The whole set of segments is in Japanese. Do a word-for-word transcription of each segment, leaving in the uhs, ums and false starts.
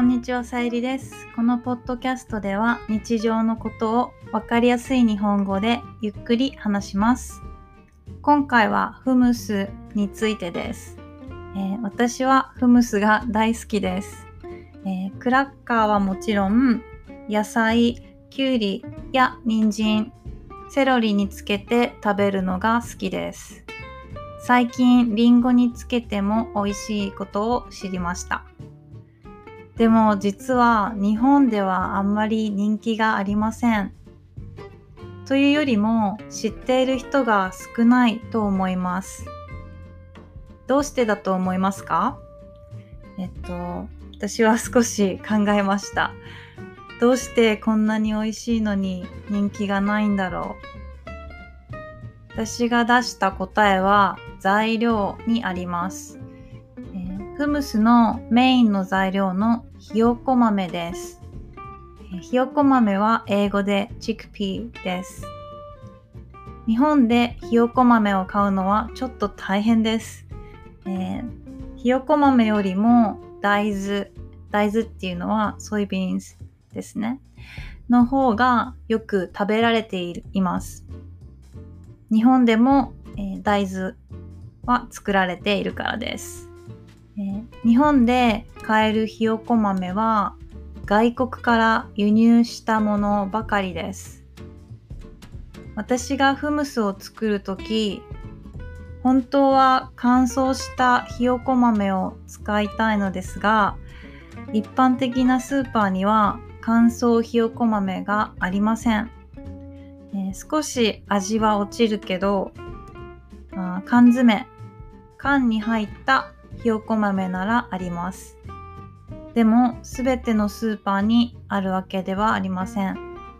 こんにちは、さゆりです。このポッドキャストでは日常のことをわかりやすい日本語でゆっくり話します。今回はフムスについてです。えー、私はフムスが大好きです、えー。クラッカーはもちろん野菜、きゅうりや人参、セロリにつけて食べるのが好きです。最近リンゴにつけても美味しいことを知りました。でも実は日本ではあんまり人気がありません。というよりも知っている人が少ないと思います。どうしてだと思いますか？えっと、私は少し考えました。どうしてこんなに美味しいのに人気がないんだろう。私が出した答えは材料にあります。フムスのメインの材料のひよこ豆です。ひよこ豆は英語でチックピーです。日本でひよこ豆を買うのはちょっと大変です。えー、ひよこ豆よりも大豆、大豆っていうのはソイビーンズですね。の方がよく食べられています。日本でも、えー、大豆は作られているからです。えー、日本で買えるひよこ豆は外国から輸入したものばかりです。私がフムスを作るとき、本当は乾燥したひよこ豆を使いたいのですが、一般的なスーパーには乾燥ひよこ豆がありません。えー、少し味は落ちるけど、あ缶詰、缶に入ったひよこ豆ならあります。でもすべてのスーパーにあるわけではありません。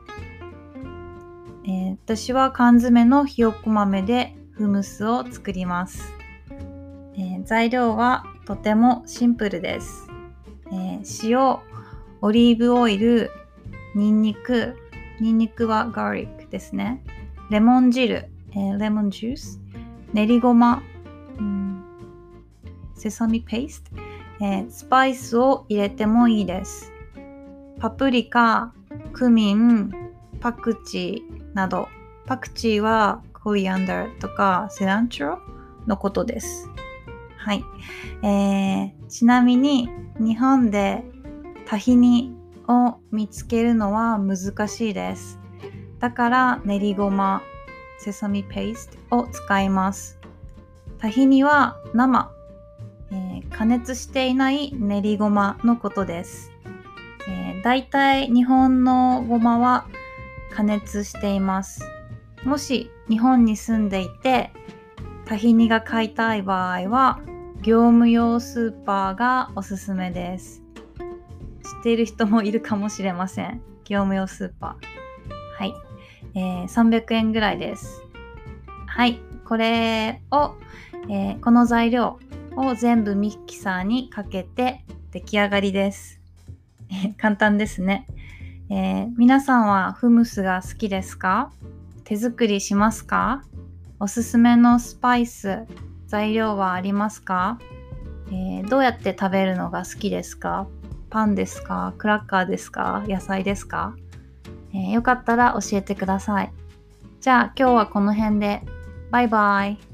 えー、私は缶詰のひよこ豆でフムスを作ります。えー、材料はとてもシンプルです。えー、塩、オリーブオイル、ニンニク、ニンニクはガーリックですね。レモン汁、えー、レモンジュース、練りごま、うん、セサミペースト、えー、スパイスを入れてもいいです。パプリカ、クミン、パクチーなど、パクチーはコリアンダーとかセランチョのことです。はい、えー、ちなみに日本でタヒニを見つけるのは難しいです。だから練りごま、セサミペーストを使います。タヒニは生、えー、加熱していない練りごまのことです。えー、だいたい日本のごまは加熱しています。もし日本に住んでいてタヒニが買いたい場合は業務用スーパーがおすすめです。知っている人もいるかもしれません。業務用スーパー。はい、えー、さんびゃくえんぐらいです。はい、これを、えー、この材料を全部ミキサーにかけて出来上がりです。簡単ですね。えー、皆さんはフムスが好きですか？手作りしますか？おすすめのスパイス、材料はありますか？えー、どうやって食べるのが好きですか？パンですか？クラッカーですか？野菜ですか？えー、よかったら教えてください。じゃあ今日はこの辺で。バイバイ。